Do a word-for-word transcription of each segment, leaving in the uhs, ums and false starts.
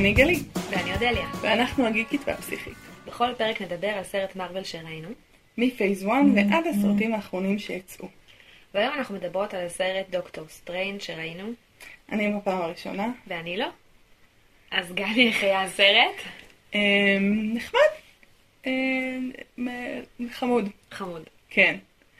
אני גלי. ואני אודליה. ואנחנו הגיקית והפסיכית. בכל פרק נדבר על סרט מרוול שראינו. מפייס וואן ועד הסרטים האחרונים שיצאו. והיום אנחנו מדברות על הסרט דוקטור סטריינג' שראינו. אני בפעם הראשונה. ואני לא. אז גלי, איך היה הסרט? נחמד. חמוד. חמוד. כן.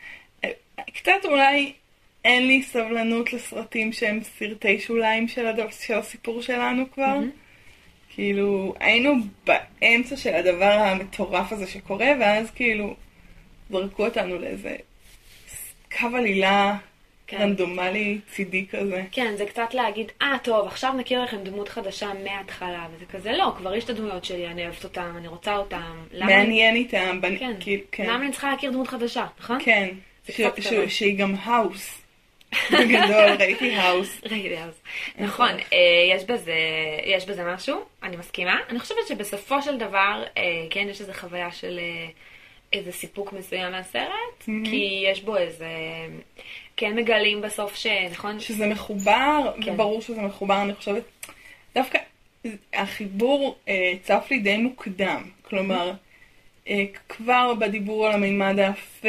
קצת אולי אין לי סבלנות לסרטים שהם סרטי שוליים של, הדבר, של הסיפור שלנו כבר. Mm-hmm. כאילו, היינו באמצע של הדבר המטורף הזה שקורה, ואז כאילו זרקו אותנו לאיזה קו עלילה כן. רנדומלי צידי כזה. כן, זה קצת להגיד, אה, טוב, עכשיו נכיר לכם דמות חדשה מההתחלה, וזה כזה, לא, כבר יש את הדמויות שלי, אני אוהבת אותם, אני רוצה אותם. מעניין איתם. כן. בנ... כאילו, כן. למה אני צריכה להכיר דמות חדשה, נכון? כן. ש... ש... שהיא גם האוס. בגדול, ראיתי האוס. ראיתי האוס. נכון, יש בזה, יש בזה משהו, אני מסכימה. אני חושבת שבסופו של דבר, כן, יש איזו חוויה של איזה סיפוק מסוים מהסרט, כי יש בו איזה, כן מגלים בסוף ש, נכון? שזה מחובר, וברור שזה מחובר, אני חושבת, דווקא החיבור צף לי די מוקדם, כלומר, כבר בדיבור על המימד האפל,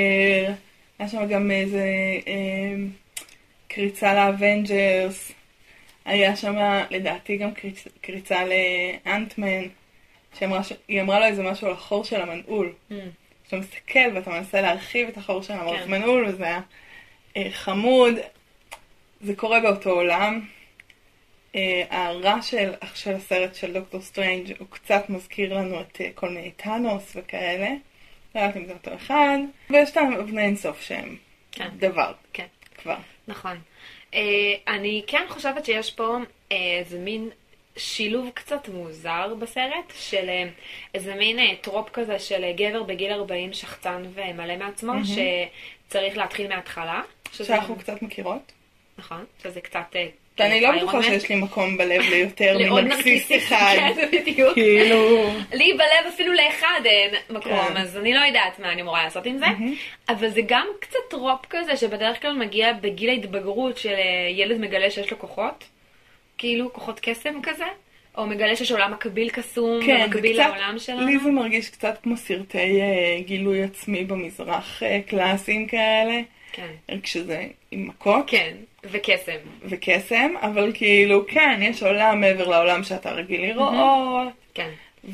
היה שם גם איזה אה, קריצה לאבנג'רס, היה שם לדעתי גם קריצ, קריצה לאנטמן, שהיא אמרה לו איזה משהו על החור של המנעול. Mm. שאתה מסתכל ואתה מנסה להרחיב את החור של המנעול, כן. וזה היה אה, חמוד. זה קורה באותו עולם. אה, הרע של, של הסרט של דוקטור סטרנג' הוא קצת מזכיר לנו את אה, כל מיני טאנוס וכאלה. לא יודעת אם זה אותו אחד, ויש להם אבני אינסוף שהם כן. דבר, כן. כבר. נכון. Uh, אני כן חושבת שיש פה uh, איזה מין שילוב קצת מוזר בסרט, של uh, איזה מין uh, טרופ כזה של uh, גבר בגיל ארבעים שחצן ומלא מעצמו, mm-hmm. שצריך להתחיל מההתחלה. שאנחנו שזה... קצת מכירות. נכון, שזה קצת... Uh, ואני לא בטוחה שיש לי מקום בלב ליותר מנרקסיסט אחד. כן, בדיוק. כאילו... לי בלב אפילו לאחד אין מקום, אז אני לא יודעת מה אני אמורה לעשות עם זה. אבל זה גם קצת טרופ כזה, שבדרך כלל מגיע בגיל ההתבגרות של ילד מגלה שיש לו כוחות. כאילו כוחות קסם כזה. או מגלה שיש עולם מקביל קסום, מקביל לעולם שלנו. לי זה מרגיש קצת כמו סרטי גילוי עצמי במזרח קלאסיים כאלה. כן. כשזה עם מכות. כן, וקסם. וקסם, אבל כאילו, כן, יש עולם מעבר לעולם שאתה רגיל לראות. כן.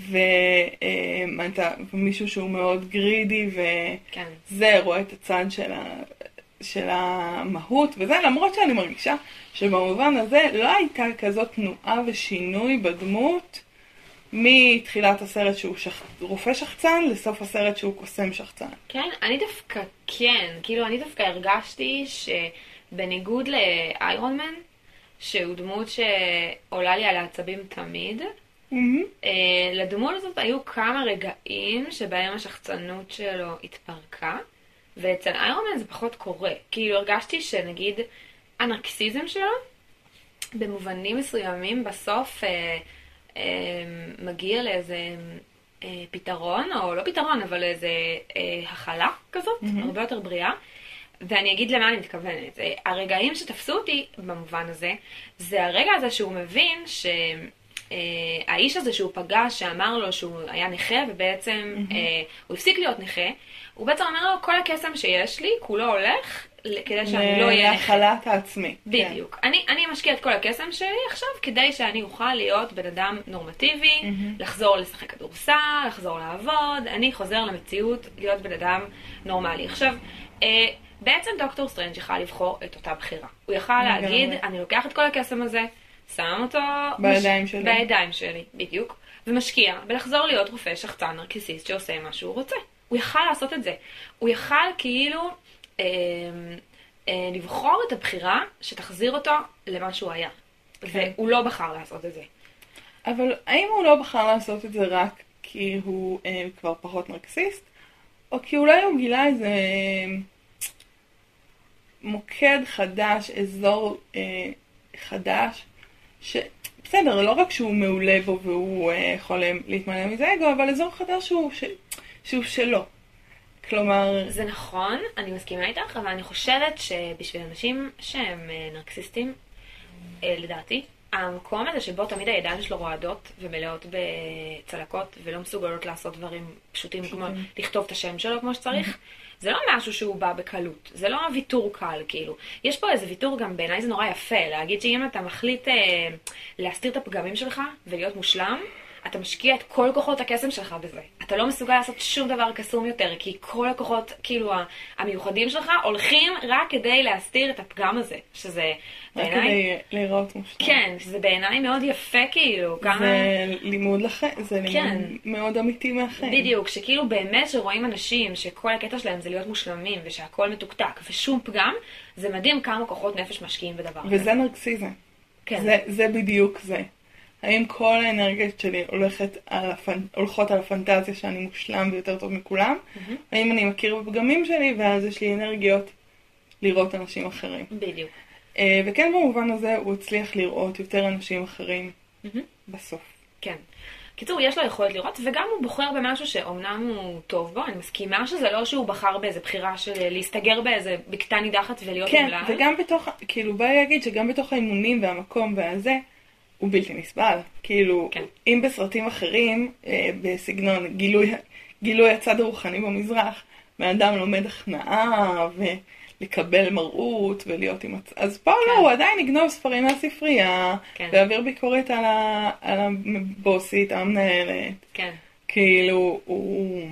ומישהו שהוא מאוד גרידי, וזה רואה את הצד של, ה... של המהות, וזה למרות שאני מרגישה שבמובן הזה לא הייתה כזאת תנועה ושינוי בדמות, מתחילת הסרט שהוא שח... רופא שחצן, לסוף הסרט שהוא קוסם שחצן. כן, אני דווקא כן, כאילו אני דווקא הרגשתי שבניגוד לאיירון מן, שהוא דמות שעולה לי על העצבים תמיד, mm-hmm. לדמות הזאת היו כמה רגעים שבהם השחצנות שלו התפרקה, ואצל איירון מן זה פחות קורה. כאילו הרגשתי שנגיד הנרקסיזם שלו, במובנים מסוימים בסוף... מגיע לאיזה פתרון, או לא פתרון, אבל איזה הכלה כזאת, mm-hmm. הרבה יותר בריאה. ואני אגיד למה אני מתכוונת. הרגעים שתפסו אותי במובן הזה, זה הרגע הזה שהוא מבין שהאיש הזה שהוא פגש, שאמר לו שהוא היה נכה, ובעצם mm-hmm. הוא הפסיק להיות נכה, הוא בעצם אמר לו, כל הקסם שיש לי, כולו הולך, כדי שאני לא אהיה נכה. להחלת העצמי. בדיוק. כן. אני, אני משקיע את כל הקסם שלי עכשיו, כדי שאני אוכל להיות בן אדם נורמטיבי, mm-hmm. לחזור לשחק כדורסל, לחזור לעבוד, אני חוזר למציאות להיות בן אדם נורמלי. עכשיו, אה, בעצם דוקטור סטרנג' יכל לבחור את אותה בחירה. הוא יכל להגיד, אני לוקח את כל הקסם הזה, שם אותו... בידיים מש... שלי. בידיים שלי, בדיוק. ומשקיע, ולחזור להיות רופא שחצן נרקיסיסט שעושה מה שהוא רוצה. הוא יכל לעשות את זה. הוא יכל כאילו... אה, אה, לבחור את הבחירה שתחזיר אותו למה שהוא היה. כן. והוא לא בחר לעשות את זה. אבל האם הוא לא בחר לעשות את זה רק כי הוא אה, כבר פחות נרקסיסט? או כי אולי הוא גילה איזה אה, מוקד חדש, אזור אה, חדש, שבסדר, לא רק שהוא מעולה בו והוא אה, יכול להתמלא מזה אגו, אבל אזור חדש שהוא, ש... שהוא שלו. כלומר... זה נכון, אני מסכימה איתך, אבל אני חושבת שבשביל אנשים שהם נרקסיסטים, לדעתי, המקום הזה שבו תמיד הידיים שלו רועדות ומלאות בצלקות ולא מסוגלות לעשות דברים פשוטים כמו לכתוב את השם שלו כמו שצריך, זה לא משהו שהוא בא בקלות, זה לא ויתור קל כאילו. יש פה איזה ויתור גם בעיניי זה נורא יפה, להגיד שאם אתה מחליט אה, להסתיר את הפגמים שלך ולהיות מושלם, אתה משקיע את כל כוחות הקסם שלך בזה. אתה לא מסוגל לעשות שום דבר קסום יותר, כי כל הכוחות, כאילו, המיוחדים שלך הולכים רק כדי להסתיר את הפגם הזה, שזה רק בעיניי... כדי להיראות מושלם. כן, שזה בעיניי מאוד יפה, כאילו. זה כמה... לימוד לחיים, זה לימוד כן. מאוד אמיתי מהחיים. בדיוק, שכאילו באמת שרואים אנשים שכל הקטע שלהם זה להיות מושלמים, ושהכל מתוקתק, ושום פגם, זה מדהים כמה כוחות נפש משקיעים בדבר. וזה נרקסיזם. כן. זה, זה בדיוק זה. האם כל האנרגיות שלי הולכת על הפנ... הולכות על הפנטזיה שאני מושלם ויותר טוב מכולם? Mm-hmm. האם אני מכיר בפגמים שלי ואז יש לי אנרגיות לראות אנשים אחרים? בדיוק. Uh, וכן במובן הזה הוא הצליח לראות יותר אנשים אחרים mm-hmm. בסוף. כן. קיצור, יש לו יכולת לראות, וגם הוא בוחר במשהו שאומנם הוא טוב בו. אני מסכימה שזה לא שהוא בחר באיזה בחירה של להסתגר באיזה בקתה נידחת ולהיות כן, אומלל. כן, וגם בתוך, כאילו בא להגיד שגם בתוך האימונים והמקום והזה, הוא בלתי נסבל. כאילו, כן. אם בסרטים אחרים, אה, בסגנון גילוי, גילוי הצד הרוחני במזרח, האדם לומד הכנעה ולקבל מרות ולהיות עם הצד. אז פה כן. לא, הוא עדיין יגנוב ספרים מהספרייה, כן. ויעביר ביקורת על, ה, על הבוסית, המנהלת. כן. כאילו, הוא...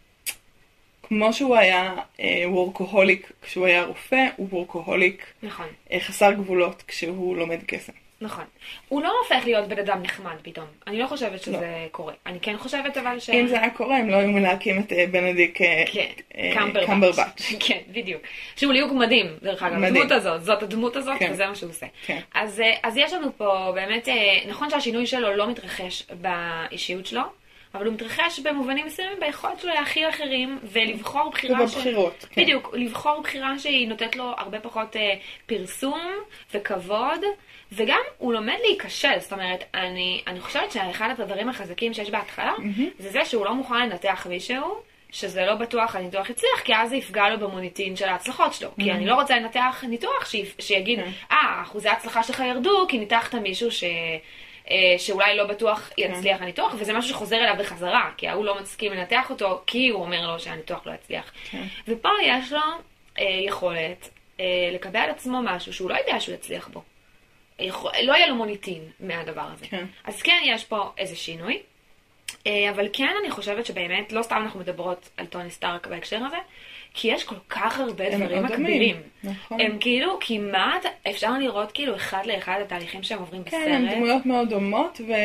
כמו שהוא היה אה, וורקוהוליק כשהוא היה רופא, הוא וורקוהוליק נכון. אה, חסר גבולות כשהוא לומד קסם. נכון. הוא לא הופך להיות בן אדם נחמד פתאום. אני לא חושבת שזה לא. קורה. אני כן חושבת אבל ש... אם זה היה קורה, הם לא היו מלהקים את בנדיק כן. קמברבץ'. כן, בדיוק. שהוא ליהוק מדהים, דרך אגב. הדמות הזאת, זאת הדמות הזאת, כן. וזה מה שהוא עושה. כן. אז, אז יש לנו פה באמת, נכון שהשינוי שלו לא מתרחש באישיות שלו, אבל הוא מתרחש במובנים מסוימים ביכולת שלו להכיל אחרים ולבחור בחירה ובבחירות, ש... כן. בדיוק, לבחור בחירה שהיא נותנת לו הרבה פחות אה, פרסום וכבוד, וגם הוא לומד להיכשל. זאת אומרת, אני, אני חושבת שאחד הדברים החזקים שיש בהתחלה, mm-hmm. זה זה שהוא לא מוכן לנתח מישהו, שזה לא בטוח הניתוח יצליח, כי אז זה יפגע לו במוניטין של ההצלחות שלו. Mm-hmm. כי אני לא רוצה לנתח ניתוח ש... שיגיד, אה, mm-hmm. אחוזי ההצלחה שלך ירדו, כי ניתחת מישהו ש... שאולי לא בטוח יצליח הניתוח, וזה משהו שחוזר אליו בחזרה, כי הוא לא מסכים לנתח אותו, כי הוא אומר לו שהניתוח לא יצליח. ופה יש לו יכולת לקבל על עצמו משהו שהוא לא יודע שהוא יצליח בו. לא יהיה לו מוניטין מהדבר הזה. אז כן, יש פה איזה שינוי, אבל כן אני חושבת שבאמת, לא סתם אנחנו מדברות על טוני סטארק בהקשר הזה, כי יש כל כך הרבה דברים מקבילים. נכון. הם כאילו כמעט, אפשר לראות כאילו אחד לאחד התהליכים שהם עוברים בסרט. כן, הם דמויות מאוד דומות, ו...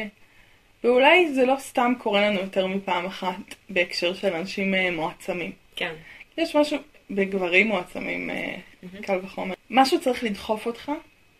ואולי זה לא סתם קורה לנו יותר מפעם אחת בהקשר של אנשים מועצמים. כן. יש משהו בגברים מועצמים, mm-hmm. קל וחומר. משהו צריך לדחוף אותך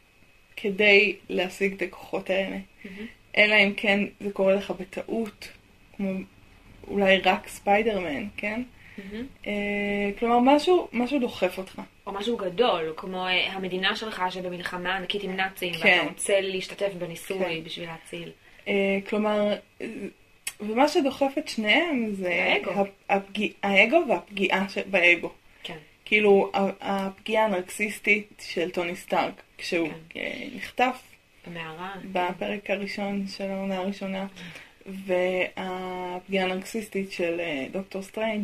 כדי להשיג את הכוחות האלה. Mm-hmm. אלא אם כן זה קורה לך בטעות, כמו אולי רק ספיידרמן, כן? Mm-hmm. כלומר, משהו, משהו דוחף אותך. או משהו גדול, כמו המדינה שלך שבמלחמה ענקית עם נאצים, כן. ואתה רוצה להשתתף בניסוי כן. בשביל להציל. כלומר, ומה שדוחף את שניהם זה האגו, הפגיע, האגו והפגיעה באגו. כן. כאילו, הפגיעה הנרקסיסטית של טוני סטארק, כשהוא כן. נחטף. במערה. בפרק הראשון של העונה הראשונה. והפגיעה הנרקסיסטית של דוקטור סטרנג'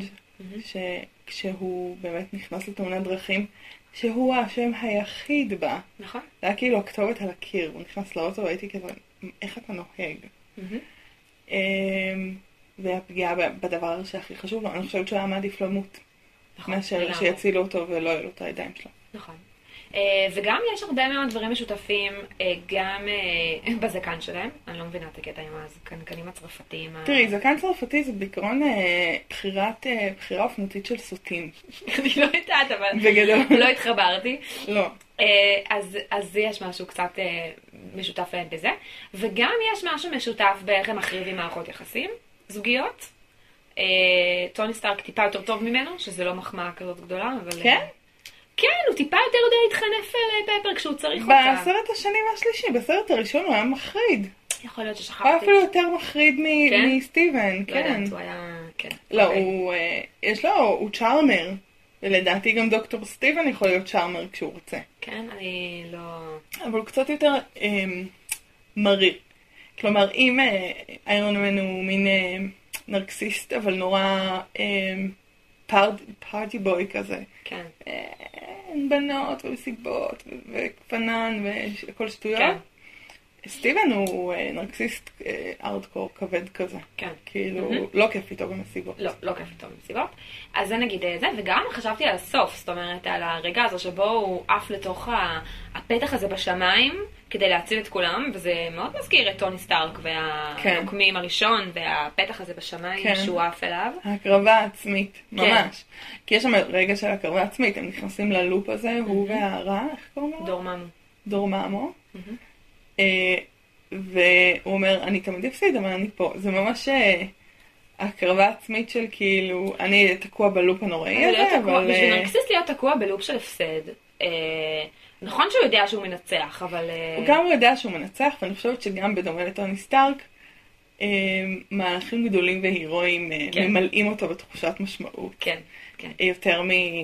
שכשהוא באמת נכנס לתאונת דרכים, שהוא האשם היחיד בה. נכון. זה היה כאילו הכתובת על הקיר, הוא נכנס לאוטו והייתי כזה, איך אתה נוהג? והפגיעה בדבר שהכי חשוב לו, אני חושבת שהוא היה מעדיף למות. מאשר שיצילו אותו ולא יהיו לו את הידיים שלו. נכון. וגם יש הרבה מאוד דברים משותפים, גם בזקן שלהם. אני לא מבינה את הקטע עם הזקנים הצרפתיים. תראי, זקן צרפתי זה בעיקרון בחירה אופנתית של סוטים. אני לא יודעת, אבל לא התחברתי. לא. אז יש משהו קצת משותף להם בזה. וגם יש משהו משותף באיך הם מחריבים מערכות יחסים, זוגיות. טוני סטארק טיפה יותר טוב ממנו, שזה לא מחמאה כזאת גדולה, אבל... כן? כן, הוא טיפה יותר יודע להתחנף לפפר כשהוא צריך אותה. בסרט השני והשלישי, בסרט הראשון הוא היה מחריד. יכול להיות ששכחתי. הוא היה אפילו יותר מחריד מסטיבן, כן. לא יודעת, הוא היה... כן. לא, הוא... יש לו, הוא צ'ארמר. ולדעתי גם דוקטור סטיבן יכול להיות צ'ארמר כשהוא רוצה. כן, אני לא... אבל הוא קצת יותר... מריר. כלומר, אם איירון מן הוא מין נרקסיסט, אבל נורא פארטי בוי כזה. כן. בנות ומסיבות וכפנן וכל שטויות. כן. סטיבן הוא נרקסיסט ארדקור כבד כזה. כן. כאילו, לא כיף איתו במסיבות. לא, לא כיף איתו במסיבות. אז זה נגיד זה, וגם חשבתי על הסוף, זאת אומרת, על הרגע הזה שבו הוא עף לתוך הפתח הזה בשמיים, כדי להציל את כולם, וזה מאוד מזכיר את טוני סטארק והנוקמים הראשון, והפתח הזה בשמיים שהוא עף אליו. ההקרבה העצמית, ממש. כי יש שם רגע של הקרבה עצמית, הם נכנסים ללופ הזה, הוא והרע, איך קוראים לו? דורמאמו. דורמאמו. והוא אומר, אני תמיד אפסיד, אבל אני פה. זה ממש הקרבה עצמית של כאילו, אני תקוע בלופ הנוראי הזה, אבל... בשביל נרקסיסט להיות תקוע בלופ של הפסד. נכון שהוא יודע שהוא מנצח, אבל... הוא גם יודע שהוא מנצח, ואני חושבת שגם בדומה לטוני סטארק, מהלכים גדולים והירואיים ממלאים אותו בתחושת משמעות. כן, כן. יותר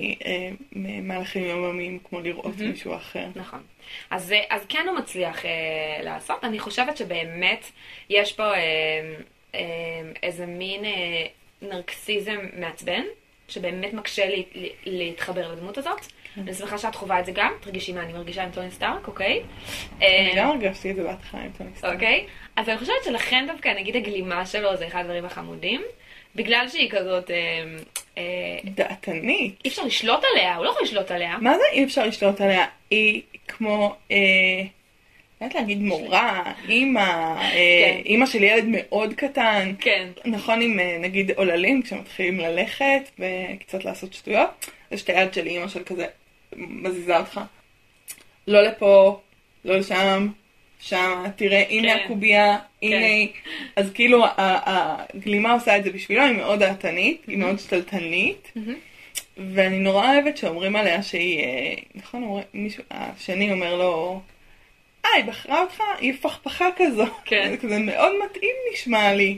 ממהלכים יומיומיים, כמו לראות מישהו אחר. נכון. אז, אז כן הוא מצליח אה, לעשות. אני חושבת שבאמת יש פה אה, אה, איזה מין אה, נרקסיזם מעצבן, שבאמת מקשה לי, לי, להתחבר לדמות הזאת. כן. אני שמחה שאת חובה את זה גם. תרגישי מה אני מרגישה עם טוני סטארק, אוקיי? אני גם הרגשתי את זה בהתחלה עם טוני סטארק. אוקיי? אז אני חושבת שלכן דווקא, נגיד הגלימה שלו זה אחד הדברים החמודים. בגלל שהיא כזאת... אה, אה, דעתנית. אי אפשר לשלוט עליה, הוא לא יכול לשלוט עליה. מה זה אי אפשר לשלוט עליה? היא כמו, אה, לא יודעת להגיד מורה, אימא, אה, כן. אימא של ילד מאוד קטן. כן. נכון עם נגיד עוללים, כשמתחילים ללכת וקצת לעשות שטויות. יש את היד של אימא של כזה, מזיזה אותך. לא לפה, לא לשם. שם, תראה, הנה כן. הקוביה, הנה, כן. אז כאילו הגלימה עושה את זה בשבילו, היא מאוד דעתנית, mm-hmm. היא מאוד שתלטנית, mm-hmm. ואני נורא אוהבת שאומרים עליה שהיא, נכון, אומר, מישהו, השני אומר לו, אה, היא בחרה אותך, היא פכפכה כזו, כן. זה מאוד מתאים נשמע לי,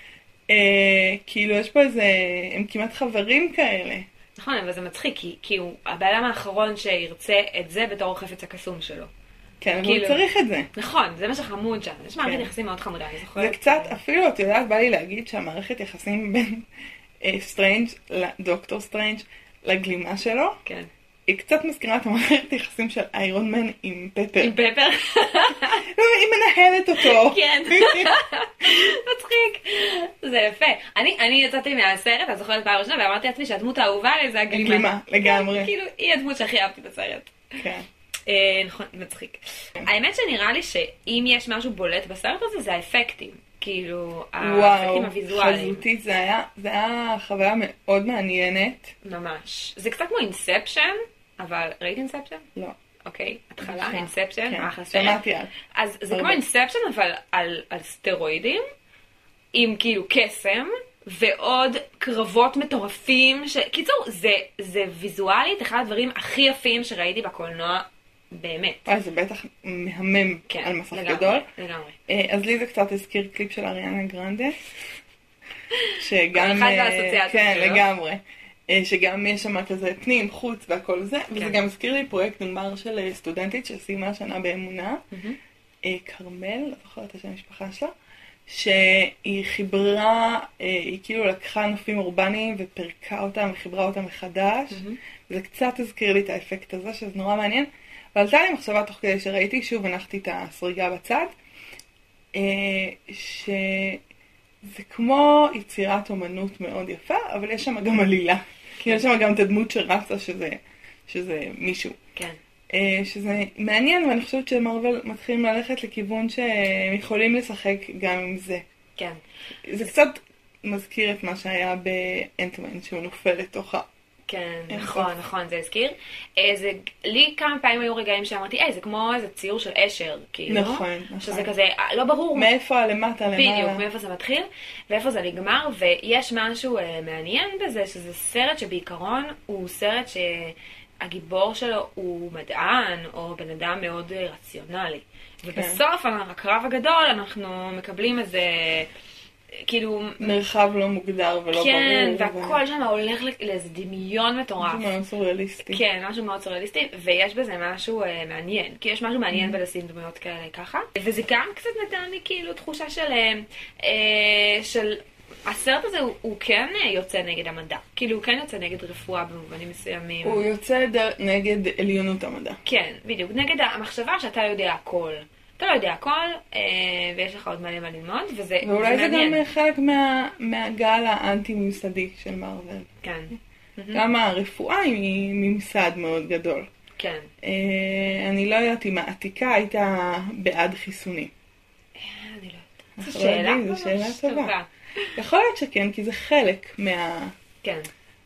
אה, כאילו יש פה איזה, הם כמעט חברים כאלה. נכון, אבל זה מצחיק, כי, כי הוא הבעלם האחרון שירצה את זה בתור החפץ הקסום שלו. כן, אבל הוא צריך את זה. נכון, זה מה שחמוד שם. יש מערכת יחסים מאוד חמודה, אני זוכרת. זה קצת, אפילו את יודעת, בא לי להגיד שהמערכת יחסים בין סטרנג' לדוקטור סטרנג' לגלימה שלו, כן. היא קצת מזכירה את המערכת יחסים של איירון מן עם פפר. עם פפר? לא, היא מנהלת אותו. כן. מצחיק. זה יפה. אני יצאתי מהסרט, אני זוכרת פעם ראשונה, ואמרתי לעצמי שהדמות האהובה עלי זה הגלימה. הגלימה, לגמרי. כאילו, היא הדמות שהכי אהבתי בסרט. כן. נכון, מצחיק. האמת שנראה לי שאם יש משהו בולט בסרט הזה, זה האפקטים. כאילו, האפקטים הוויזואליים. וואו, חזותית, זה היה, זה היה חוויה מאוד מעניינת. ממש. זה קצת כמו אינספשן, אבל ראית אינספשן? לא. אוקיי, התחלה, אינספשן, אחלה סרט. שמעתי על. אז זה כמו אינספשן, אבל על סטרואידים, עם כאילו קסם, ועוד קרבות מטורפים. קיצור, זה ויזואלית אחד הדברים הכי יפים שראיתי בקולנוע. באמת. וואי, זה בטח מהמם כן, על מסך לגמרי, גדול. לגמרי. אז לי זה קצת הזכיר קליפ של אריאנה גרנדה. שגם... אחד האסוציאציות כן, שלו. לגמרי. שגם יש שם כזה פנים, חוץ והכל זה. כן. וזה גם הזכיר לי פרויקט נגמר של סטודנטית שסיימה השנה באמונה. Mm-hmm. כרמל, לא זוכרת את השם המשפחה שלה. שהיא חיברה, היא כאילו לקחה נופים אורבניים ופרקה אותם וחיברה אותם מחדש. Mm-hmm. וזה קצת הזכיר לי את האפקט הזה, שזה נורא מעניין. ועלתה לי מחשבה תוך כדי שראיתי, שוב הנחתי את הסריגה בצד, שזה כמו יצירת אומנות מאוד יפה, אבל יש שם גם עלילה. כי יש שם גם את הדמות שרצה שזה, שזה מישהו. כן. שזה מעניין, ואני חושבת שמרוול מתחילים ללכת לכיוון שהם יכולים לשחק גם עם זה. כן. זה קצת מזכיר את מה שהיה באנטמן, שהוא נופל לתוך ה... כן, נכון, נכון, זה הזכיר. זה, לי כמה פעמים היו רגעים שאמרתי, אה, זה כמו איזה ציור של אשר, כאילו. נכון, נכון. שזה כזה, לא ברור. מאיפה למטה, למעלה. בדיוק, מאיפה זה מתחיל, ואיפה זה נגמר, ויש משהו מעניין בזה, שזה סרט שבעיקרון הוא סרט שהגיבור שלו הוא מדען, או בן אדם מאוד רציונלי. ובסוף, הקרב הגדול, אנחנו מקבלים איזה... כאילו... מרחב לא מוגדר ולא כן, ברור. והכל שם הולך לאיזה דמיון מטורף. משהו מאוד סוריאליסטי. כן, משהו מאוד סוריאליסטי, ויש בזה משהו אה, מעניין. כי יש משהו מעניין בלשים דמויות כאלה ככה. וזה גם קצת נתן לי כאילו תחושה של... אה, של... הסרט הזה הוא, הוא כן יוצא נגד המדע. כאילו הוא כן יוצא נגד רפואה במובנים מסוימים. הוא יוצא ד... נגד עליונות המדע. כן, בדיוק. נגד המחשבה שאתה יודע הכל. אתה לא יודע הכל, אה, ויש לך עוד מלא מה ללמוד, וזה מעניין. ואולי זה גם חלק מה, מהגל האנטי-ממסדי של מארוול. כן. גם הרפואה היא ממסד מאוד גדול. כן. אה, אני לא יודעת אם העתיקה הייתה בעד חיסונים. אני לא יודעת. זו שאלה זו שאלה טובה. יכול להיות שכן, כי זה חלק מה... כן.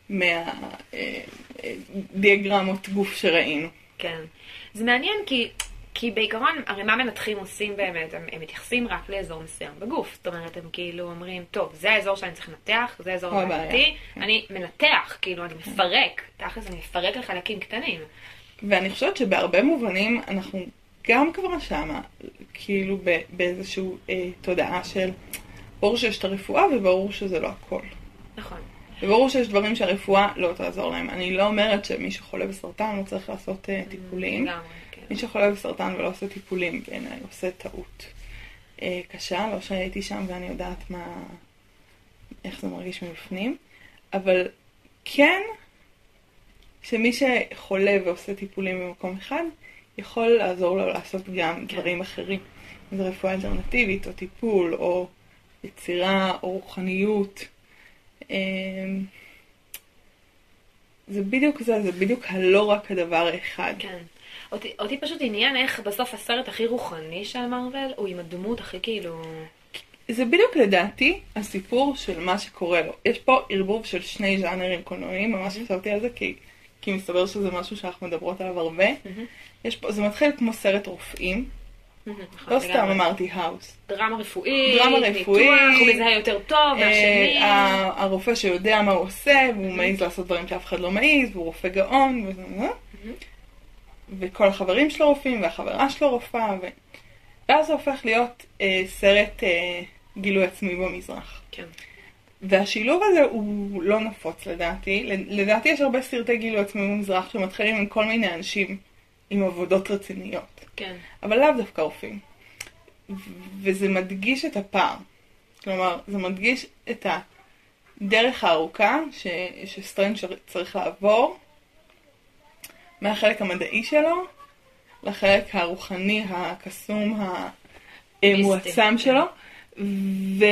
מהדיאגרמות גוף שראינו. כן. זה מעניין כי... כי בעיקרון, הרי מה מנתחים עושים באמת? הם, הם מתייחסים רק לאזור מסוים בגוף. זאת אומרת, הם כאילו אומרים, טוב, זה האזור שאני צריך לנתח, זה האזור הבעייתי. אני מנתח, כאילו, אני מפרק. תכלס, אני מפרק לחלקים קטנים. ואני חושבת שבהרבה מובנים אנחנו גם כבר שמה, כאילו באיזושהי אה, תודעה של ברור שיש את הרפואה וברור שזה לא הכל. נכון. וברור שיש דברים שהרפואה לא תעזור להם. אני לא אומרת שמי שחולה בסרטן לא צריך לעשות uh, טיפולים. לגמרי. מי שחולה בסרטן ולא עושה טיפולים, בעיניי עושה טעות אה, קשה, לא שהייתי שם ואני יודעת מה, איך זה מרגיש מבפנים, אבל כן, שמי שחולה ועושה טיפולים במקום אחד, יכול לעזור לו לעשות גם כן. דברים אחרים. אם זה רפואה אלטרנטיבית, או טיפול, או יצירה, או רוחניות. אה, זה בדיוק זה, זה בדיוק הלא רק הדבר האחד. כן. אותי, אותי פשוט עניין איך בסוף הסרט הכי רוחני של מארוול הוא עם הדמות הכי כאילו... זה בדיוק לדעתי הסיפור של מה שקורה לו. יש פה ערבוב של שני ז'אנרים קולנועיים, ממש חשבתי על זה כי, כי מסתבר שזה משהו שאנחנו מדברות עליו הרבה. יש פה, זה מתחיל כמו סרט רופאים. לא סתם אמרתי האוס. דרמה רפואית, דרמה רפואית. ניתוח, הוא מזהה יותר טוב מהשני. הרופא שיודע מה הוא עושה, והוא מעיז לעשות דברים שאף אחד לא מעיז, והוא רופא גאון, וזה... וכל החברים שלו רופאים, והחברה שלו רופאה, ו... ואז זה הופך להיות אה, סרט אה, גילוי עצמי במזרח. כן. והשילוב הזה הוא לא נפוץ לדעתי. לדעתי יש הרבה סרטי גילוי עצמי במזרח שמתחילים עם כל מיני אנשים עם עבודות רציניות. כן. אבל לאו דווקא רופאים. וזה מדגיש את הפער. כלומר, זה מדגיש את הדרך הארוכה ש... שסטרנג' צריך לעבור, מהחלק המדעי שלו, לחלק הרוחני, הקסום, המועצם שלו. ו...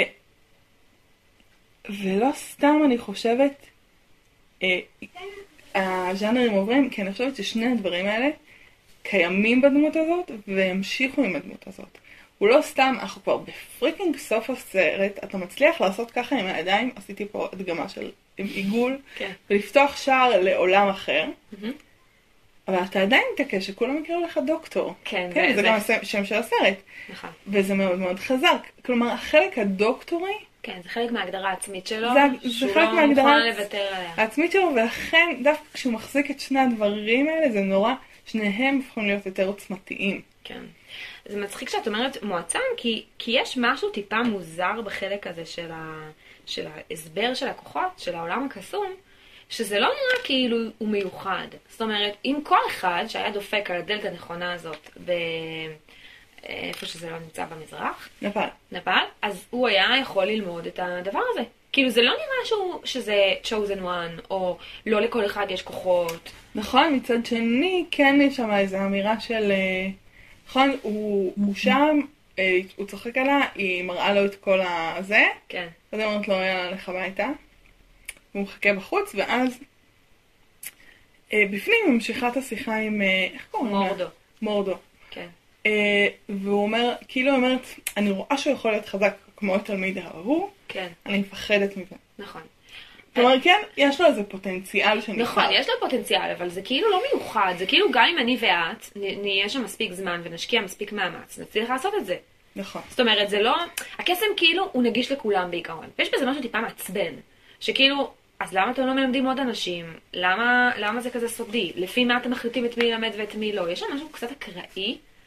ולא סתם אני חושבת, אה, הז'אנרים עוברים, כי אני חושבת ששני הדברים האלה קיימים בדמות הזאת, והמשיכו עם הדמות הזאת. הוא לא סתם, אנחנו כבר בפריקינג סוף הסרט, אתה מצליח לעשות ככה עם הידיים, עשיתי פה הדגמה של עיגול, כן. ולפתוח שער לעולם אחר. Mm-hmm. אבל אתה עדיין מתעקש שכולם יקראו לך דוקטור. כן, כן, זה, זה גם השם של הסרט. נכון. וזה מאוד מאוד חזק. כלומר, החלק הדוקטורי... כן, זה חלק מההגדרה העצמית שלו, זה, שהוא זה לא מוכן לוותר עליה. העצמית שלו, ולכן דווקא כשהוא מחזיק את שני הדברים האלה, זה נורא, שניהם יכולים להיות יותר עוצמתיים. כן. זה מצחיק שאת אומרת מועצם, כי, כי יש משהו טיפה מוזר בחלק הזה של, ה, של ההסבר של הכוחות, של העולם הקסום, שזה לא נראה כאילו הוא מיוחד. זאת אומרת, אם כל אחד שהיה דופק על הדלת הנכונה הזאת, באיפה שזה לא נמצא במזרח, נפל. נפל, אז הוא היה יכול ללמוד את הדבר הזה. כאילו זה לא נראה שהוא, שזה chosen one, או לא לכל אחד יש כוחות. נכון, מצד שני, כן יש שם איזו אמירה של... נכון, הוא, הוא שם, הוא צוחק עליה, היא מראה לו את כל הזה. כן. אז היא אומרת לו, יאללה, לך הביתה. הוא מחכה בחוץ, ואז אה, בפנים הוא ממשיכה את השיחה עם, אה, איך קוראים לה? מורדו. מורדו. כן. אה, והוא אומר, כאילו הוא אומרת, אני רואה שהוא יכול להיות חזק כמו התלמיד ההוא, כן. אני מפחדת מזה. נכון. זאת אומרת, כן, יש לו איזה פוטנציאל שנפרד. נכון, יש לו פוטנציאל, אבל זה כאילו לא מיוחד, זה כאילו גם אם אני ואת נהיה שם מספיק זמן ונשקיע מספיק מאמץ, נצליח לעשות את זה. נכון. זאת אומרת, זה לא, הקסם כאילו הוא נגיש לכולם בעיקרון. ויש בזה משהו טיפה מעצבן. שכאילו, אז למה אתם לא מלמדים עוד אנשים? למה, למה זה כזה סודי? לפי מה אתם מחליטים את מי ללמד ואת מי לא? יש שם משהו קצת אקראי, כן.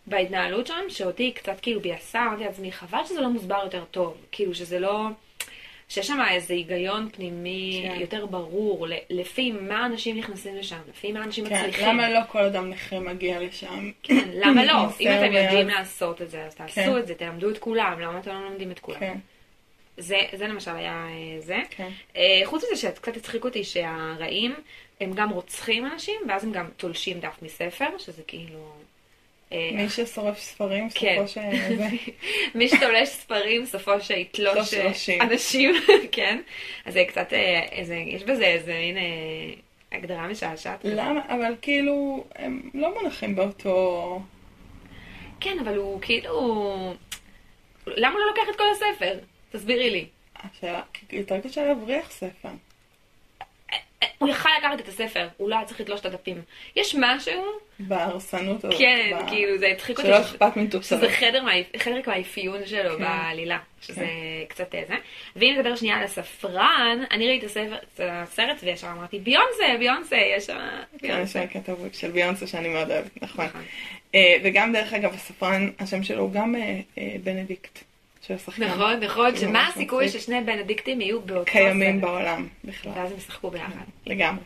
בהתנהלות שם, שאותי קצת כאילו ביאסה, אמרתי לעצמי, חבל שזה לא מוסבר יותר טוב, כאילו שזה לא, שיש שם איזה היגיון פנימי כן. יותר ברור, לפי מה אנשים נכנסים לשם, לפי מה אנשים כן. מצליחים. למה לא כל אדם נכה מגיע לשם? כן, למה לא? אם אתם יודעים לעשות את זה, אז תעשו כן. את זה, תלמדו את כולם, למה אתם לא לומדים את כולם? כן. זה, זה למשל היה זה. כן. חוץ מזה שקצת הצחיק אותי שהרעים הם גם רוצחים אנשים, ואז הם גם תולשים דף מספר, שזה כאילו... מי ששורף ספרים, כן. סופו שזה... מי שתולש ספרים, סופו שיתלוש אנשים, כן. אז זה קצת, איזה, יש בזה איזה, הנה, הגדרה משעשעת. למה? אבל כאילו, הם לא מונחים באותו... כן, אבל הוא כאילו... למה הוא לא לוקח את כל הספר? תסבירי לי. השאלה, יותר קשה להבריח ספר. הוא יכל לקחת את הספר, הוא לא היה צריך לתלוש את הדפים. יש משהו... בהרסנות הזאת. כן, כאילו זה הצחיק אותי. שלא אכפת מתוצאות. שזה חלק מהאפיון שלו בעלילה, שזה קצת איזה. ואם נדבר שנייה על הספרן, אני ראיתי את הסרט וישר אמרתי, ביונסה, ביונסה, יש שם... כן, יש שם כתב של ביונסה שאני מאוד אוהבת, נכון. וגם דרך אגב הספרן, השם שלו הוא גם בנדיקט. נכון, נכון, שמה הסיכוי ששני בנדיקטים יהיו באותו סרט? קיימים בעולם בכלל. ואז הם ישחקו ביחד. לגמרי.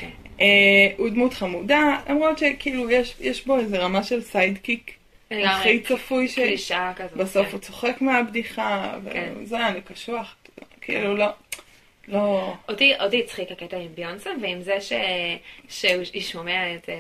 הוא דמות חמודה, למרות שכאילו יש בו איזה רמה של סיידקיק, הכי צפוי שבסוף הוא צוחק מהבדיחה, וזה היה לי קשוח, כאילו לא, לא... אותי הצחיק הקטע עם ביונסה, ועם זה שהוא שומע את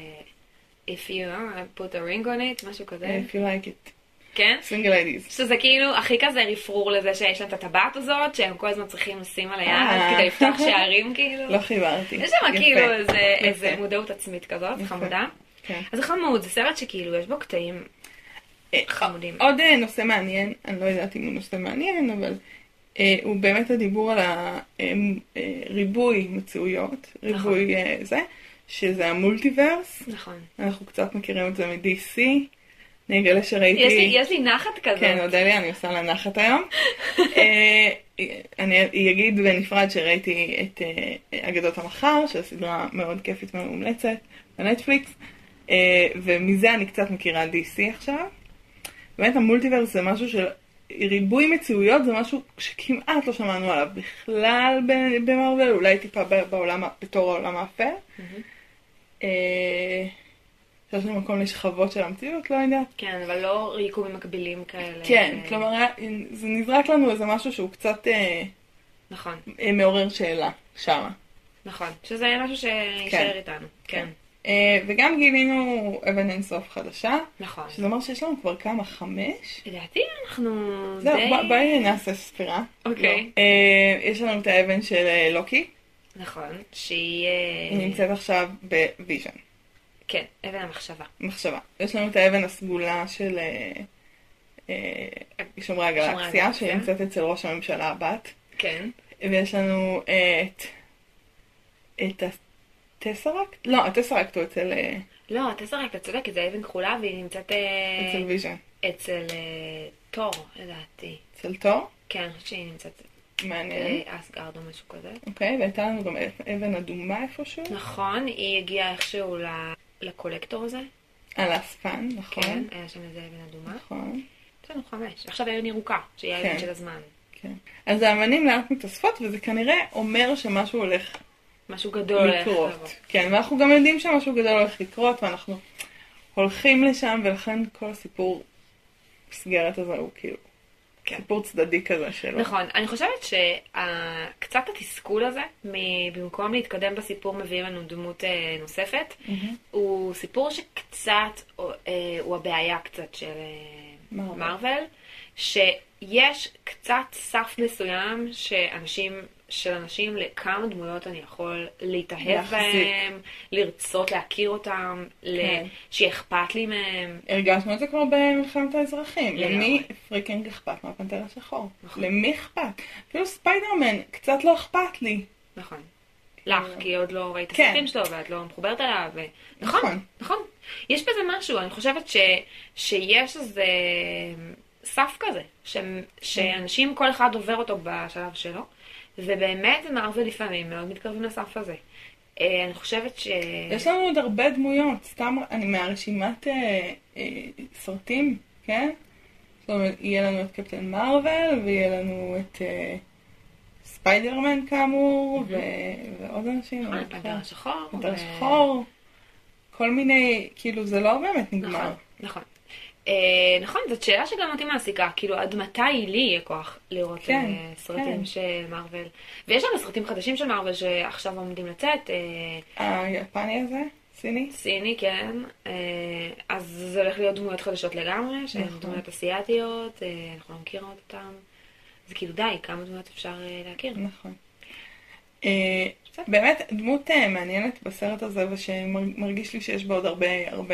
If you put a ring on it, משהו כזה. If you like it. כן? סינגל ליידיז. שזה כאילו הכי כזה רפרור לזה שיש להם את הטבעת הזאת, שהם כל הזמן צריכים לשים על היד כדי לפתוח שערים כאילו. לא חיברתי. יש שם כאילו איזה מודעות עצמית כזאת, חמודה. אז זה חמוד, זה סרט שכאילו יש בו קטעים חמודים. עוד נושא מעניין, אני לא יודעת אם הוא נושא מעניין, אבל הוא באמת הדיבור על הריבוי מציאויות, ריבוי זה, שזה המולטיברס. נכון. אנחנו קצת מכירים את זה מ-די סי. אני אגלה שראיתי... יש לי נחת כזאת. כן, אודליה, אני עושה לה נחת היום. אני אגיד בנפרד שראיתי את אגדות המחר, שזו סדרה מאוד כיפית ומומלצת בנטפליקס, ומזה אני קצת מכירה די סי עכשיו. באמת המולטיברס זה משהו של... ריבוי מציאויות זה משהו שכמעט לא שמענו עליו בכלל במרוול, אולי טיפה בעולם, בתור העולם האפל. שיש לנו מקום לשכבות של המציאות, לא יודעת. כן, אבל לא ריקומים מקבילים כאלה. כן, כלומר, זה נזרק לנו איזה משהו שהוא קצת... נכון. מעורר שאלה, שמה. נכון, שזה משהו שישאר איתנו. כן. וגם גילינו אבן אינסוף חדשה. נכון. שזה אומר שיש לנו כבר כמה, חמש? לדעתי אנחנו... זהו, בואי נעשה ספירה. אוקיי. יש לנו את האבן של לוקי. נכון, שהיא... היא נמצאת עכשיו בוויז'ן. כן, אבן המחשבה. מחשבה. יש לנו את האבן הסגולה של שומרי הגלקסיה, שהיא נמצאת אצל ראש הממשלה הבת. כן. ויש לנו את את הטסרקט? לא, הטסרקט הוא אצל... לא, הטסרקט, אתה צודק, זה אבן כחולה והיא נמצאת... אצל ויז'ן. אצל תור, לדעתי. אצל תור? כן, אני חושבת שהיא נמצאת... מעניין. אסגרד או משהו כזה. אוקיי, והייתה לנו גם אבן אדומה איפשהו. נכון, היא הגיעה איכשהו לקולקטור הזה. על האספן, נכון. כן, היה שם איזה אבן אדומה. נכון. יש לנו חמש. עכשיו אבן ירוקה, שהיא האבן של הזמן. כן. אז האבנים לאט מתאספות, וזה כנראה אומר שמשהו הולך משהו גדול לקרות. כן, ואנחנו גם יודעים שמשהו גדול הולך לקרות, ואנחנו הולכים לשם, ולכן כל הסיפור בסגרת הזה הוא כאילו סיפור צדדי כזה שלו. נכון, אני חושבת שקצת התסכול הזה, במקום להתקדם בסיפור מביאים לנו דמות נוספת, הוא סיפור שקצת, הוא הבעיה קצת של מרוול, שיש קצת סף מסוים שאנשים, של אנשים לכמה דמויות אני יכול להתאהב בהם, לרצות להכיר אותם, שאכפת לי מהם. הרגשנו את זה כבר במלחמת האזרחים. למי פריקינג אכפת מהפנתר השחור? למי אכפת? אפילו ספיידרמן, קצת לא אכפת לי. נכון. לך, כי עוד לא ראית הסרטים שלו, ואת לא מחוברת אליו. נכון, נכון. יש בזה משהו, אני חושבת שיש איזה סף כזה, שאנשים, כל אחד עובר אותו בשלב שלו, ובאמת מרוול לפעמים מאוד מתקרבים לסף הזה. אני חושבת ש... יש לנו עוד הרבה דמויות, סתם אני מהרשימת אה, אה, סרטים, כן? זאת אומרת, יהיה לנו את קפטן מרוול, ויהיה לנו את אה, ספיידרמן כאמור, ו... ועוד אנשים. פנתר השחור. פנתר השחור. כל מיני, כאילו זה לא באמת נגמר. נכון, נכון. אה, נכון, זאת שאלה שגם אותי מעסיקה, כאילו עד מתי לי יהיה כוח לראות כן, אה, סרטים כן. של מארוול. ויש לנו סרטים חדשים של מארוול שעכשיו עומדים לצאת. אה, היפני הזה? סיני? סיני, כן. אה, אז זה הולך להיות דמויות חדשות לגמרי, שהן נכון. דמויות אסיאתיות, אה, אנחנו לא מכירות אותן. זה כאילו די, כמה דמויות אפשר אה, להכיר. נכון. אה, באמת דמות אה, מעניינת בסרט הזה, ושמרגיש לי שיש בה עוד הרבה הרבה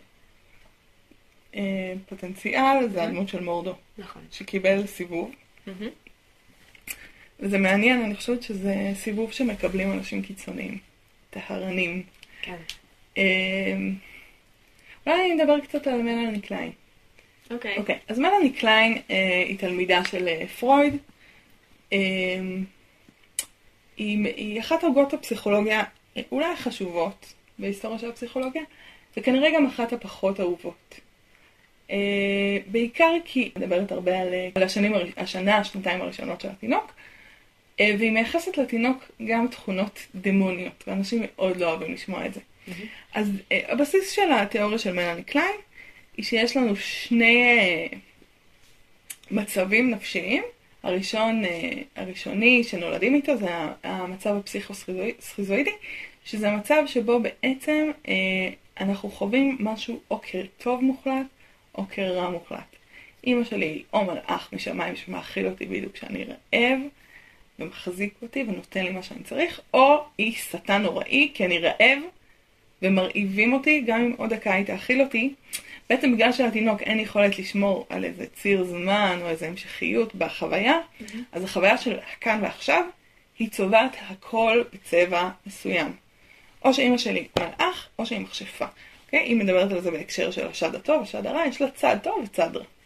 אה, פוטנציאל, זה הדמות של מורדו, נכון. שקיבל סיבוב. מהמם. וזה מעניין, אני חושבת שזה סיבוב שמקבלים אנשים קיצוניים, טהרנים. כן. אה, אולי אני מדבר קצת על מלאני קליין. אוקיי. אוקיי, אז מלאני קליין אה, היא תלמידה של אה, פרויד. אה, היא, היא אחת הוגות הפסיכולוגיה אה, אולי החשובות בהיסטוריה של הפסיכולוגיה, וכנראה גם אחת הפחות אהובות. אה, בעיקר כי היא מדברת הרבה על, על השנים, השנה, השנתיים הראשונות של התינוק, אה, והיא מייחסת לתינוק גם תכונות דמוניות, ואנשים מאוד לא אוהבים לשמוע את זה. מהמם. אז אה, הבסיס של התיאוריה של מלאני קליין היא שיש לנו שני אה, מצבים נפשיים. הראשון, אה, הראשוני שנולדים איתו זה המצב הפסיכוסכיזואידי, שזה מצב שבו בעצם אה, אנחנו חווים משהו או כטוב מוחלט או כרע מוחלט. אמא שלי היא או מלאך משמיים שמאכיל אותי בדיוק כשאני רעב ומחזיק אותי ונותן לי מה שאני צריך, או היא שטן נוראי כי אני רעב ומרעיבים אותי, גם אם עוד דקה היא תאכיל אותי. בעצם בגלל שלתינוק אין יכולת לשמור על איזה ציר זמן או איזה המשכיות בחוויה, mm-hmm. אז החוויה של כאן ועכשיו היא צובעת הכל בצבע מסוים. או שאמא שלי מלאך, או שהיא מכשפה. Okay? היא מדברת על זה בהקשר של השד הטוב, השד הרע, יש לה צד טוב וצד רע.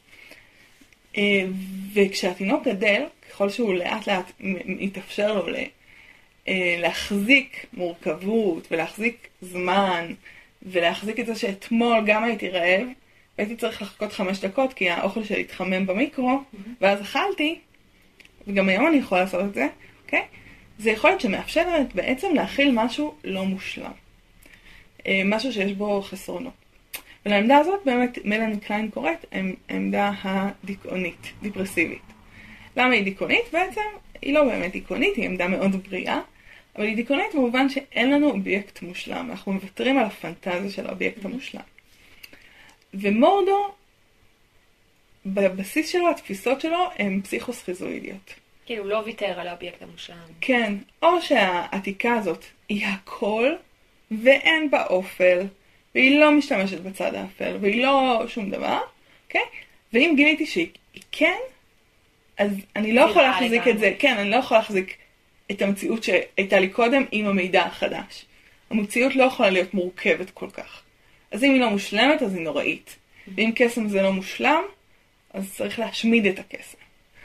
וכשהתינוק גדל, ככל שהוא לאט לאט מתאפשר לו להחזיק מורכבות ולהחזיק זמן, ולהחזיק את זה שאתמול גם הייתי רעב, והייתי צריך לחכות חמש דקות כי האוכל שלי התחמם במיקרו, mm-hmm. ואז אכלתי, וגם היום אני יכולה לעשות את זה, אוקיי? זה יכולת שמאפשרת בעצם להכיל משהו לא מושלם. משהו שיש בו חסרונות. ולעמדה הזאת באמת מלאני קליין קוראת העמדה הדיכאונית, דיפרסיבית. למה היא דיכאונית? בעצם היא לא באמת דיכאונית, היא עמדה מאוד בריאה, אבל היא דיכאונית במובן שאין לנו אובייקט מושלם. אנחנו מוותרים על הפנטזיה של האובייקט המושלם. ומורדו, בבסיס שלו, התפיסות שלו, הן פסיכוסכיזואידיות. כאילו, לא ויתר על האובייקט המושלם. כן, או שהעתיקה הזאת היא הכל, ואין בה אופל, והיא לא משתמשת בצד האפל, והיא לא שום דבר, אוקיי? ואם גיליתי שהיא כן, אז אני לא יכולה להחזיק את זה, כן, אני לא יכולה להחזיק את המציאות שהייתה לי קודם עם המידע החדש. המציאות לא יכולה להיות מורכבת כל כך. אז אם היא לא מושלמת, אז היא נוראית. ואם קסם זה לא מושלם, אז צריך להשמיד את הקסם.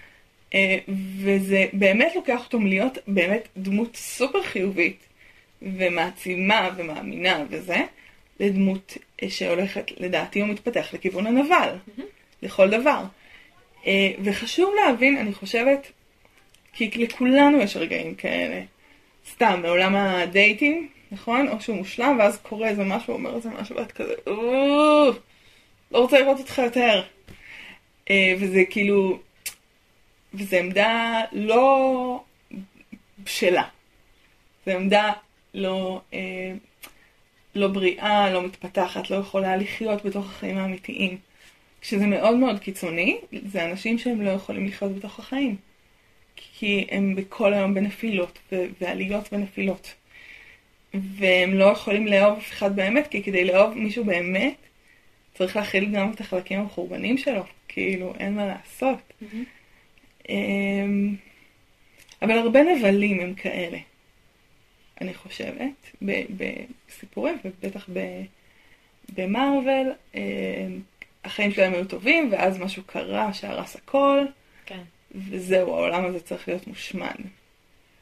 וזה באמת לוקח אותו מלהיות באמת דמות סופר חיובית, ומעצימה ומאמינה וזה, לדמות שהולכת, לדעתי הוא מתפתח לכיוון הנבל, לכל דבר. וחשוב להבין, אני חושבת, כי לכולנו יש רגעים כאלה, סתם, מעולם הדייטים, נכון? או שהוא מושלם, ואז קורה איזה משהו, אומר איזה משהו, ואת כזה, לא רוצה לראות אותך יותר. וזה כאילו, וזו עמדה לא בשלה. זו עמדה לא, לא בריאה, לא מתפתחת, לא יכולה לחיות בתוך החיים האמיתיים. כשזה מאוד מאוד קיצוני, זה אנשים שהם לא יכולים לחיות בתוך החיים. כי הם בכל היום בנפילות, ועליות ונפילות. והם לא יכולים לאהוב אף אחד באמת, כי כדי לאהוב מישהו באמת, צריך להכיל גם את החלקים המחורבנים שלו. כאילו, אין מה לעשות. Mm-hmm. אבל הרבה נבלים הם כאלה. אני חושבת, בסיפורים, ובטח במרוול, החיים שלהם היו טובים, ואז משהו קרה שהרס הכל, כן. וזהו, העולם הזה צריך להיות מושמן.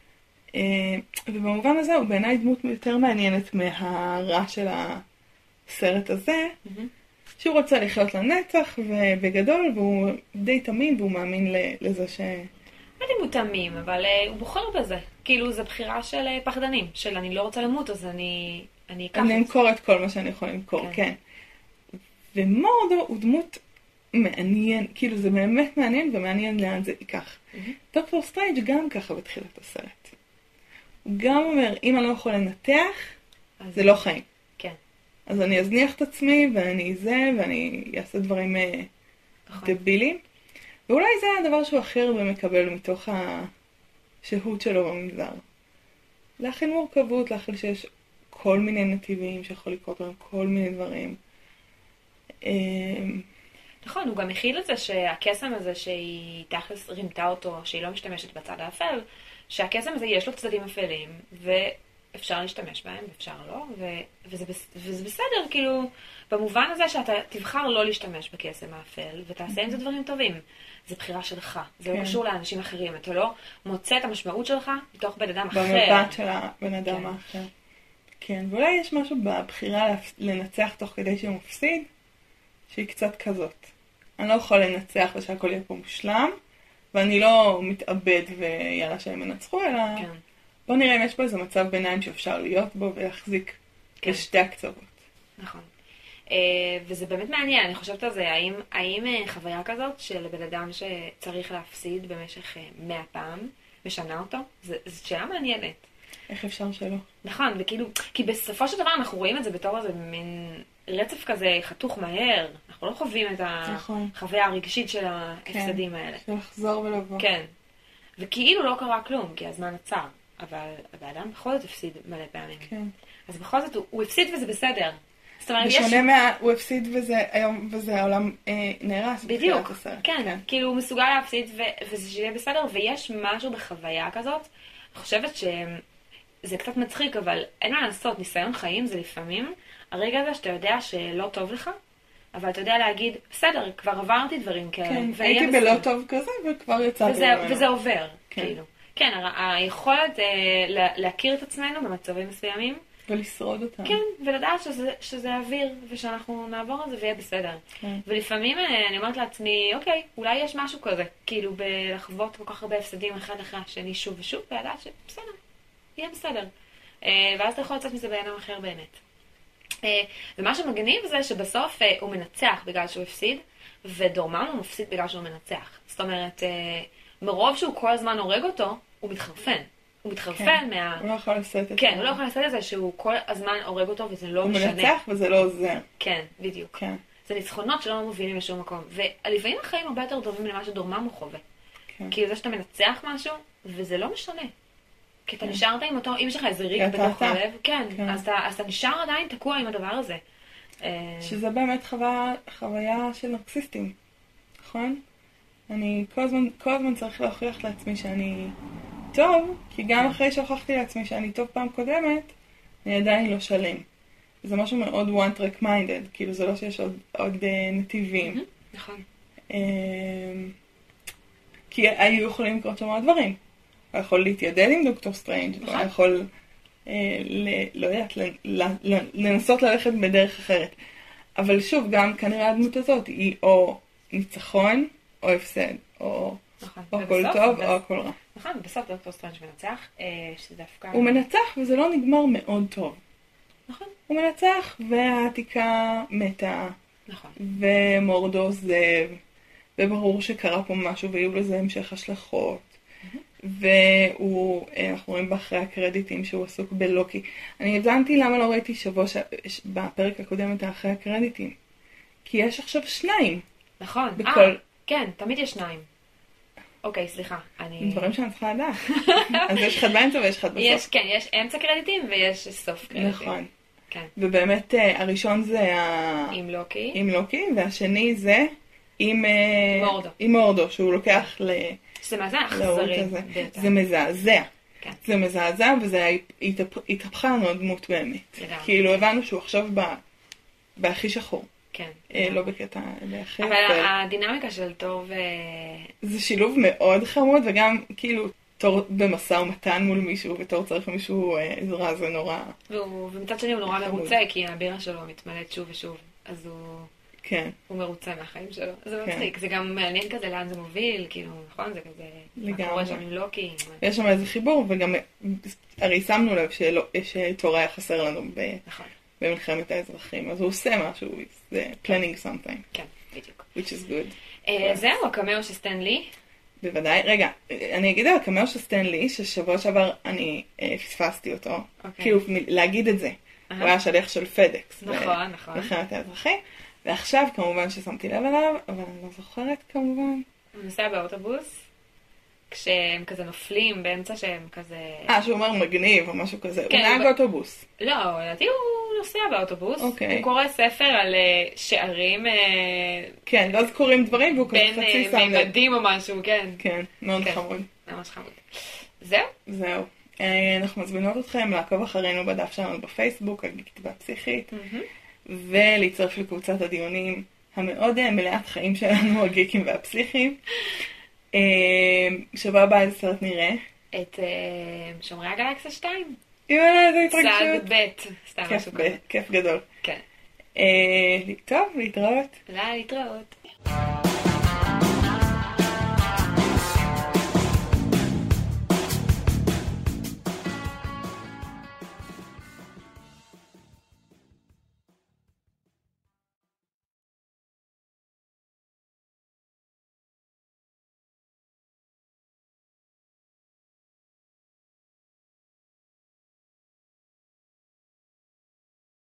ובמובן הזה הוא בעיניי דמות יותר מעניינת מהרע של הסרט הזה, שהוא רוצה לחיות לנצח ובגדול, והוא די תמים והוא מאמין לזה ש... לא יודע אם הוא תמים, אבל הוא בוחר בזה. כאילו, זו בחירה של פחדנים, של אני לא רוצה למות, אז אני... אני אקח את זה. אני אמכור את כל מה שאני יכול למכור, כן. ומורדו הוא דמות מעניין, כאילו זה באמת מעניין ומעניין לאן זה ייקח. דוקטור סטרייג' גם ככה בתחילת הסרט. הוא גם אומר, אם אני לא יכול לנתח, זה לא חיים. כן. אז אני אזניח את עצמי ואני זה, ואני אעשה דברים דבילים. ואולי זה הדבר שהוא הכי הרבה מקבל מתוך השהות שלו במגזר. להכיל מורכבות, להכיל שיש כל מיני נתיבים שיכול לקרות להם כל מיני דברים. נכון, הוא גם הכיל את זה שהקסם הזה שהיא תכלס רימתה אותו, שהיא לא משתמשת בצד האפל, שהקסם הזה יש לו צדדים אפלים, ואפשר להשתמש בהם, ואפשר לא, ו- וזה, וזה בסדר, כאילו, במובן הזה שאתה תבחר לא להשתמש בקסם האפל, ותעשה עם זה דברים טובים. זה בחירה שלך, זה לא קשור לאנשים אחרים, אתה לא מוצא את המשמעות שלך בתוך בן אדם אחר. במבט של הבן אדם האחר. כן, ואולי יש משהו בבחירה לנצח תוך כדי שהוא מפסיד, שהיא קצת כזאת. אני לא יכול לנצח ושהכל יהיה פה מושלם, ואני לא מתאבד ויאללה שהם מנצחו, אלא כן. בוא נראה אם יש פה איזה מצב ביניים שאפשר להיות בו ולהחזיק כן. בשתי הקצוות. נכון. וזה באמת מעניין, אני חושבת על זה, האם, האם חוויה כזאת של בן אדם שצריך להפסיד במשך מאה פעם, משנה אותו? זו שאלה מעניינת. איך אפשר שלא? נכון, וכאילו, כי בסופו של דבר אנחנו רואים את זה בתור איזה מין רצף כזה חתוך מהר, אנחנו לא חווים את החוויה הרגשית של ההפסדים האלה. של לחזור ולבוא. כן, וכאילו לא קרה כלום, כי הזמן עצר, אבל האדם בכל זאת הפסיד מלא פעמים. כן. אז בכל זאת הוא, הוא הפסיד וזה בסדר. בשונה יש... מה, הוא הפסיד וזה היום, וזה העולם אה, נהרס. בדיוק, כן, כן, כאילו הוא מסוגל להפסיד ו... וזה שיהיה בסדר, ויש משהו בחוויה כזאת, אני חושבת שזה קצת מצחיק, אבל אין מה לעשות, ניסיון חיים זה לפעמים, הרגע הזה שאתה יודע שלא טוב לך, אבל אתה יודע להגיד, בסדר, כבר עברתי דברים כאלה. כן, הייתי בלא טוב כזה וכבר יצאתי וזה, וזה עובר, כן. כאילו. כן, ה- היכולת אה, להכיר את עצמנו במצבים מסוימים, ולשרוד אותם. כן, ולדעת שזה, שזה אוויר, ושאנחנו נעבור על זה ויהיה בסדר. כן. ולפעמים אני אומרת לעצמי, אוקיי, אולי יש משהו כזה, כאילו בלחוות כל כך הרבה הפסדים אחד אחרי השני שוב ושוב, ולדעת שבסדר, יהיה בסדר. ואז אתה יכול לצאת מזה בעינם אחר באמת. ומה שמגניב זה שבסוף הוא מנצח בגלל שהוא הפסיד, ודורמם הוא מפסיד בגלל שהוא מנצח. זאת אומרת, מרוב שהוא כל הזמן הורג אותו, הוא מתחרפן. הוא מתחרפן כן, מה... הוא לא יכול לעשות את זה. כן, הוא לא יכול לעשות את זה שהוא כל הזמן הורג אותו וזה לא משנה. הוא מנצח וזה לא עוזר. כן, בדיוק. כן. זה ניצחונות שלא מובילים לשום מקום. ולפעמים החיים הרבה יותר טובים למה שדורמם הוא חווה. כן. כאילו זה שאתה מנצח משהו, וזה לא משנה. כי אתה כן. נשארת עם אותו, אם יש לך איזה ריק בתוך הלב, כן, כן. אז, אתה, אז אתה נשאר עדיין תקוע עם הדבר הזה. שזה באמת חוויה, חוויה של נרקסיסטים, נכון? אני כל הזמן, כל הזמן צריך להוכיח לעצמי שאני טוב, כי גם אחרי שהוכחתי לעצמי שאני טוב פעם קודמת, אני עדיין לא שלם. זה משהו מאוד one track minded, כאילו זה לא שיש עוד, עוד uh, נתיבים. נכון. Uh, כי היו יכולים לקרות שם עוד דברים. הוא יכול להתיידד עם דוקטור סטרנג', נכון. הוא יכול, uh, ל, לא יודעת, ל, ל, ל, לנסות ללכת בדרך אחרת. אבל שוב, גם כנראה הדמות הזאת היא או ניצחון, או הפסד, או, נכון. או הכל ובסוף, טוב, ובס... או הכל רע. נכון, בסוף דוקטור סטרנג' מנצח, שדווקא... הוא מנצח וזה לא נגמר מאוד טוב. נכון. הוא מנצח והעתיקה מתה. נכון. ומורדו עוזב, וברור שקרה פה משהו ויהיו לזה המשך השלכות. Mm-hmm. והוא, אנחנו רואים באחרי הקרדיטים שהוא עסוק בלוקי. אני הבנתי למה לא ראיתי שבוע ש... בפרק הקודם את האחרי הקרדיטים. כי יש עכשיו שניים. נכון. בכל... אה, כן, תמיד יש שניים. אוקיי, סליחה. אני... דברים שאני צריכה לדעת. אז יש אחד באמצע ויש אחד בסוף. יש, כן, יש אמצע קרדיטים ויש סוף קרדיטים. נכון. כן. ובאמת הראשון זה ה... עם לוקי. עם לוקי, והשני זה עם... מורדו. עם מורדו, שהוא לוקח ל... שזה מה זה אכזרי. זה מזעזע. כן. זה מזעזע, וזה התהפכה לנו הדמות באמת. כאילו הבנו שהוא עכשיו בהכי שחור. כן. לא בקטע, אבל הדינמיקה של טוב... זה שילוב מאוד חמוד, וגם כאילו תור במשא ומתן מול מישהו, ותור צריך מישהו עזרה, זה נורא... ומצד שני הוא נורא מרוצה, כי הבירה שלו מתמלאת שוב ושוב, אז הוא... כן. הוא מרוצה מהחיים שלו. זה מצחיק, זה גם מעניין כזה לאן זה מוביל, כאילו, נכון? זה כזה... לגמרי. מה קורה שם עם לוקי. יש שם איזה חיבור, וגם... הרי שמנו לב שתור היה חסר לנו במלחמת האזרחים, אז הוא עושה משהו, זה planning something. כן, בדיוק. which is good. זהו, הקמאו של סטן לי. בוודאי. רגע, אני אגיד על הקמאו של סטן לי, ששבוע שעבר אני פספסתי אותו. כאילו, להגיד את זה. הוא היה שליח של פדקס. נכון, נכון. במלחמת האזרחים. ועכשיו כמובן ששמתי לב עליו, אבל אני לא זוכרת כמובן. הוא נוסע באוטובוס, כשהם כזה נופלים באמצע שהם כזה... אה, שהוא אומר מגניב או משהו כזה. הוא נהג אוטובוס. לא, לדעתי הוא נוסע באוטובוס. אוקיי. הוא קורא ספר על שערים... כן, ואז קוראים דברים והוא כזה חצי שם לב. בין מימדים או משהו, כן. כן, מאוד חמוד. ממש חמוד. זהו? זהו. אנחנו מזמינות אתכם לעקוב אחרינו בדף שלנו בפייסבוק, על כתיבה פסיכית. ולהצטרף לקבוצת הדיונים המאוד מלאת חיים שלנו, הגיקים והפסיכים. שבוע הבא איזה סרט נראה? את שומרי הגלקסיה שתיים. יואלה, איזה התרגשות. צעד בית. סתם משהו כזה. כיף גדול. כן. טוב, להתראות. לא, להתראות.